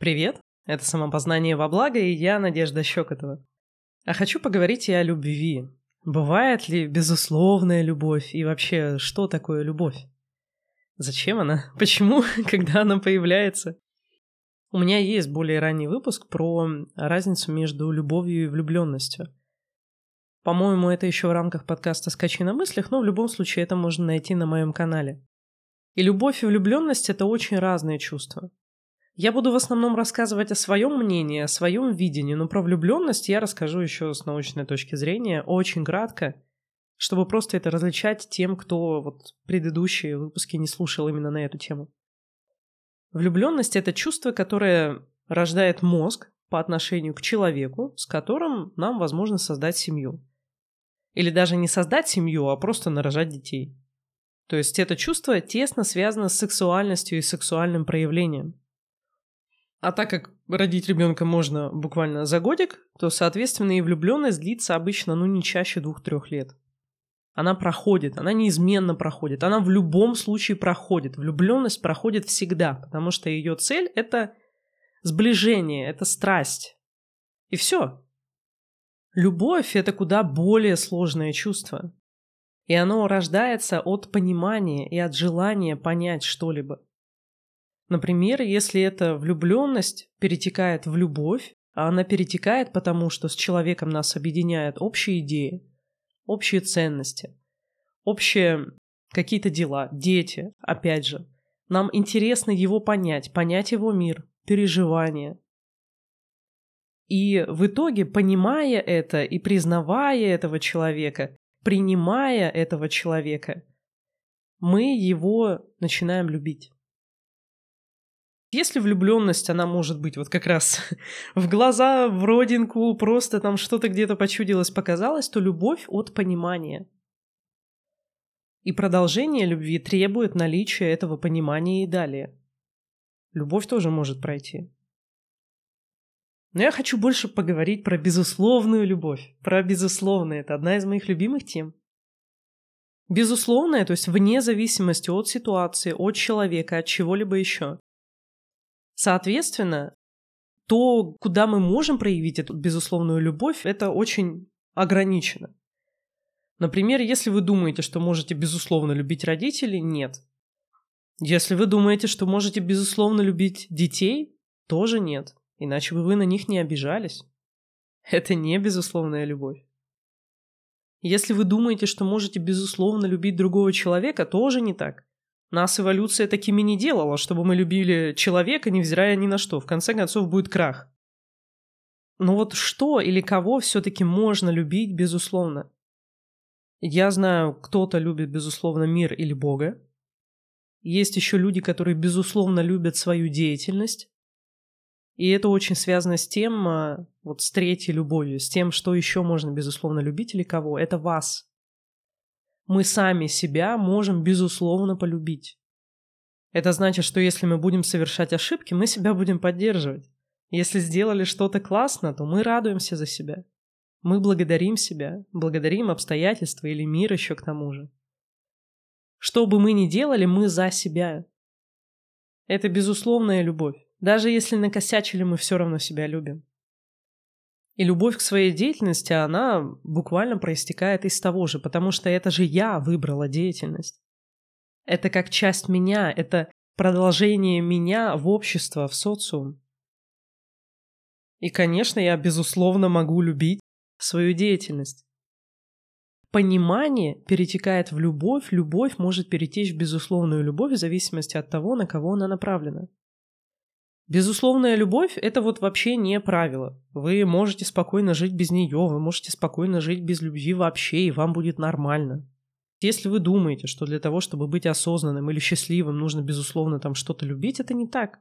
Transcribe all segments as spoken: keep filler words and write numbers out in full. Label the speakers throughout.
Speaker 1: Привет, это «Самопознание во благо» и я, Надежда Щекотова. А хочу поговорить и о любви. Бывает ли безусловная любовь и вообще, что такое любовь? Зачем она? Почему? Когда она появляется? У меня есть более ранний выпуск про разницу между любовью и влюбленностью. По-моему, это еще в рамках подкаста «Скачи на мыслях», но в любом случае это можно найти на моем канале. И любовь и влюбленность – это очень разные чувства. Я буду в основном рассказывать о своем мнении, о своем видении, но про влюбленность я расскажу еще с научной точки зрения, очень кратко, чтобы просто это различать тем, кто вот предыдущие выпуски не слушал именно на эту тему. Влюбленность – это чувство, которое рождает мозг по отношению к человеку, с которым нам возможно создать семью. Или даже не создать семью, а просто нарожать детей. То есть это чувство тесно связано с сексуальностью и сексуальным проявлением. А так как родить ребенка можно буквально за годик, то, соответственно, и влюбленность длится обычно, ну, не чаще двух-трех лет. Она проходит, она неизменно проходит, она в любом случае проходит. Влюбленность проходит всегда, потому что ее цель – это сближение, это страсть. И все. Любовь – это куда более сложное чувство. И оно рождается от понимания и от желания понять что-либо. Например, если эта влюбленность перетекает в любовь, а она перетекает потому, что с человеком нас объединяют общие идеи, общие ценности, общие какие-то дела, дети, опять же. Нам интересно его понять, понять его мир, переживания. И в итоге, понимая это и признавая этого человека, принимая этого человека, мы его начинаем любить. Если влюбленность, она может быть вот как раз в глаза, в родинку, просто там что-то где-то почудилось, показалось, то любовь от понимания. И продолжение любви требует наличия этого понимания и далее. Любовь тоже может пройти. Но я хочу больше поговорить про безусловную любовь. Про безусловное. Это одна из моих любимых тем. Безусловная, то есть вне зависимости от ситуации, от человека, от чего-либо еще. Соответственно, то, куда мы можем проявить эту безусловную любовь, это очень ограничено. Например, если вы думаете, что можете безусловно любить родителей, нет. Если вы думаете, что можете безусловно любить детей, тоже нет. Иначе бы вы на них не обижались. Это не безусловная любовь. Если вы думаете, что можете безусловно любить другого человека, тоже не так. Нас эволюция такими не делала, чтобы мы любили человека, невзирая ни на что. В конце концов, будет крах. Но вот что или кого все-таки можно любить безусловно? Я знаю, кто-то любит безусловно мир или Бога. Есть еще люди, которые безусловно любят свою деятельность. И это очень связано с тем, вот с третьей любовью, с тем, что еще можно безусловно любить или кого. Это вас. Мы сами себя можем безусловно полюбить. Это значит, что если мы будем совершать ошибки, мы себя будем поддерживать. Если сделали что-то классно, то мы радуемся за себя. Мы благодарим себя, благодарим обстоятельства или мир еще к тому же. Что бы мы ни делали, мы за себя. Это безусловная любовь. Даже если накосячили, мы все равно себя любим. И любовь к своей деятельности, она буквально проистекает из того же, потому что это же я выбрала деятельность. Это как часть меня, это продолжение меня в общество, в социум. И, конечно, я, безусловно, могу любить свою деятельность. Понимание перетекает в любовь, любовь может перетечь в безусловную любовь в зависимости от того, на кого она направлена. Безусловная любовь – это вот вообще не правило. Вы можете спокойно жить без нее, вы можете спокойно жить без любви вообще, и вам будет нормально. Если вы думаете, что для того, чтобы быть осознанным или счастливым, нужно, безусловно, там что-то любить, это не так.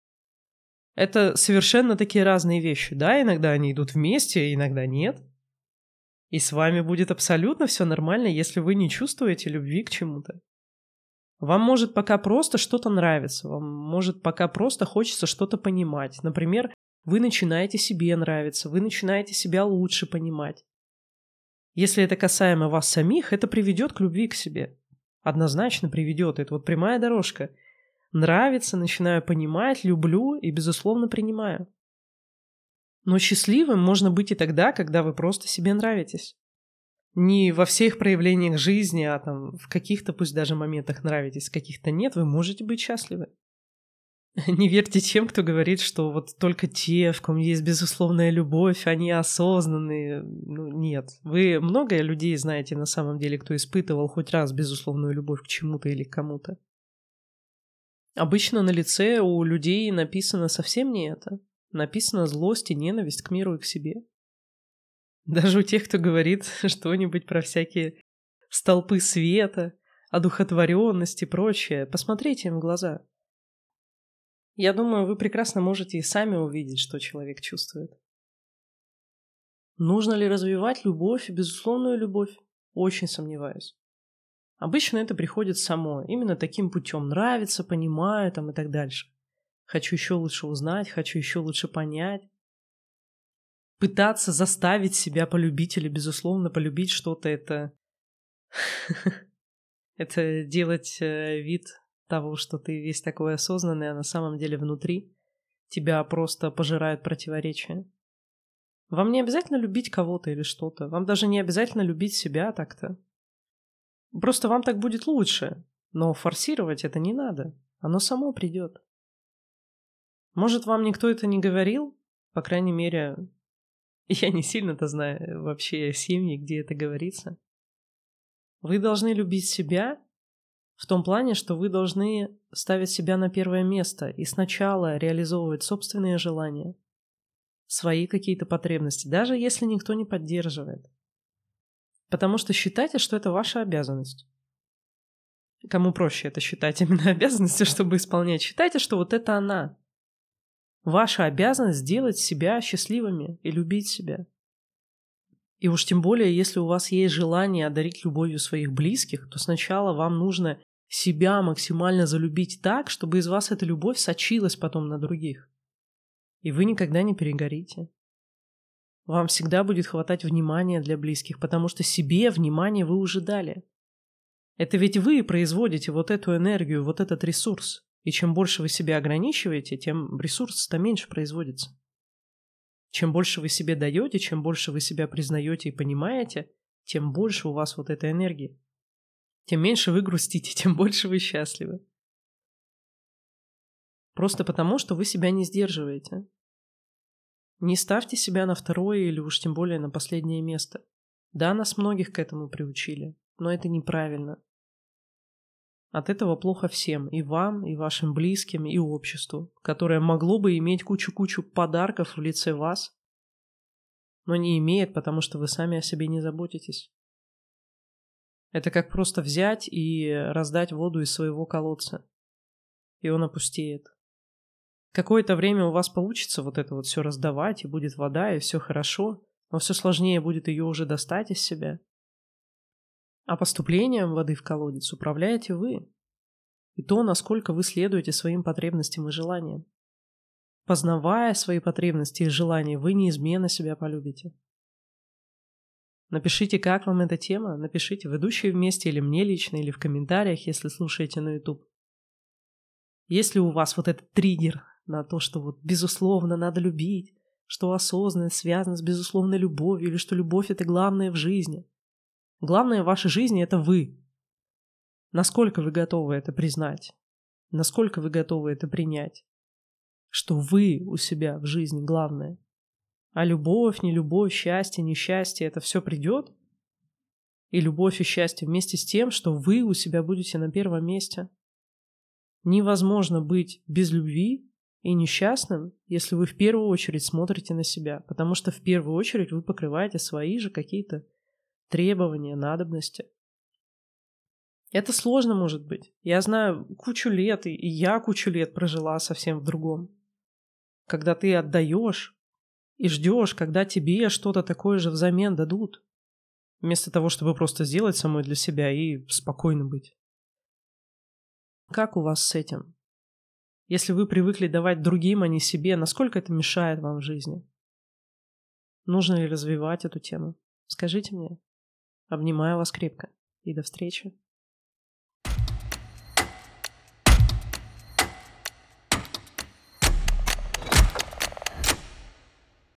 Speaker 1: Это совершенно такие разные вещи. Да, иногда они идут вместе, иногда нет. И с вами будет абсолютно все нормально, если вы не чувствуете любви к чему-то. Вам может пока просто что-то нравиться, вам может пока просто хочется что-то понимать. Например, вы начинаете себе нравиться, вы начинаете себя лучше понимать. Если это касаемо вас самих, это приведет к любви к себе. Однозначно приведет. Это вот прямая дорожка. Нравится, начинаю понимать, люблю и, безусловно, принимаю. Но счастливым можно быть и тогда, когда вы просто себе нравитесь. Не во всех проявлениях жизни, а там в каких-то, пусть даже моментах нравитесь, в каких-то нет, вы можете быть счастливы. Не верьте тем, кто говорит, что вот только те, в ком есть безусловная любовь, они осознанные. Ну, нет. Вы много людей знаете на самом деле, кто испытывал хоть раз безусловную любовь к чему-то или к кому-то. Обычно на лице у людей написано совсем не это. Написано злость и ненависть к миру и к себе. Даже у тех, кто говорит что-нибудь про всякие столпы света, одухотворенность и прочее, посмотрите им в глаза. Я думаю, вы прекрасно можете и сами увидеть, что человек чувствует. Нужно ли развивать любовь и безусловную любовь? Очень сомневаюсь. Обычно это приходит само, именно таким путем. Нравится, понимаю там и так дальше. Хочу еще лучше узнать, хочу еще лучше понять. Пытаться заставить себя полюбить или, безусловно, полюбить что-то, это... это делать вид того, что ты весь такой осознанный, а на самом деле внутри тебя просто пожирают противоречия. Вам не обязательно любить кого-то или что-то. Вам даже не обязательно любить себя так-то. Просто вам так будет лучше. Но форсировать это не надо. Оно само придет. Может, вам никто это не говорил? По крайней мере, я не сильно-то знаю вообще семьи, где это говорится. Вы должны любить себя в том плане, что вы должны ставить себя на первое место и сначала реализовывать собственные желания, свои какие-то потребности, даже если никто не поддерживает. Потому что считайте, что это ваша обязанность. Кому проще это считать именно обязанностью, чтобы исполнять? Считайте, что вот это она. Ваша обязанность сделать себя счастливыми и любить себя. И уж тем более, если у вас есть желание одарить любовью своих близких, то сначала вам нужно себя максимально залюбить так, чтобы из вас эта любовь сочилась потом на других. И вы никогда не перегорите. Вам всегда будет хватать внимания для близких, потому что себе внимание вы уже дали. Это ведь вы производите вот эту энергию, вот этот ресурс. И чем больше вы себя ограничиваете, тем ресурс-то меньше производится. Чем больше вы себе даете, чем больше вы себя признаете и понимаете, тем больше у вас вот этой энергии. Тем меньше вы грустите, тем больше вы счастливы. Просто потому, что вы себя не сдерживаете. Не ставьте себя на второе или уж тем более на последнее место. Да, нас многих к этому приучили, но это неправильно. От этого плохо всем, и вам, и вашим близким, и обществу, которое могло бы иметь кучу-кучу подарков в лице вас, но не имеет, потому что вы сами о себе не заботитесь. Это как просто взять и раздать воду из своего колодца, и он опустеет. Какое-то время у вас получится вот это вот все раздавать, и будет вода, и все хорошо, но все сложнее будет ее уже достать из себя. А поступлением воды в колодец управляете вы. И то, насколько вы следуете своим потребностям и желаниям. Познавая свои потребности и желания, вы неизменно себя полюбите. Напишите, как вам эта тема. Напишите в «Идущие вместе» или мне лично, или в комментариях, если слушаете на YouTube. Есть ли у вас вот этот триггер на то, что вот безусловно надо любить, что осознанность связана с безусловной любовью, или что любовь — это главное в жизни? Главное в вашей жизни — это вы. Насколько вы готовы это признать? Насколько вы готовы это принять? Что вы у себя в жизни главное? А любовь, не любовь, счастье, несчастье — это все придет? И любовь и счастье вместе с тем, что вы у себя будете на первом месте. Невозможно быть без любви и несчастным, если вы в первую очередь смотрите на себя, потому что в первую очередь вы покрываете свои же какие-то требования, надобности. Это сложно может быть. Я знаю кучу лет, и я кучу лет прожила совсем в другом. Когда ты отдаешь и ждешь, когда тебе что-то такое же взамен дадут, вместо того, чтобы просто сделать самой для себя и спокойно быть. Как у вас с этим? Если вы привыкли давать другим, а не себе, насколько это мешает вам в жизни? Нужно ли развивать эту тему? Скажите мне. Обнимаю вас крепко. И до встречи.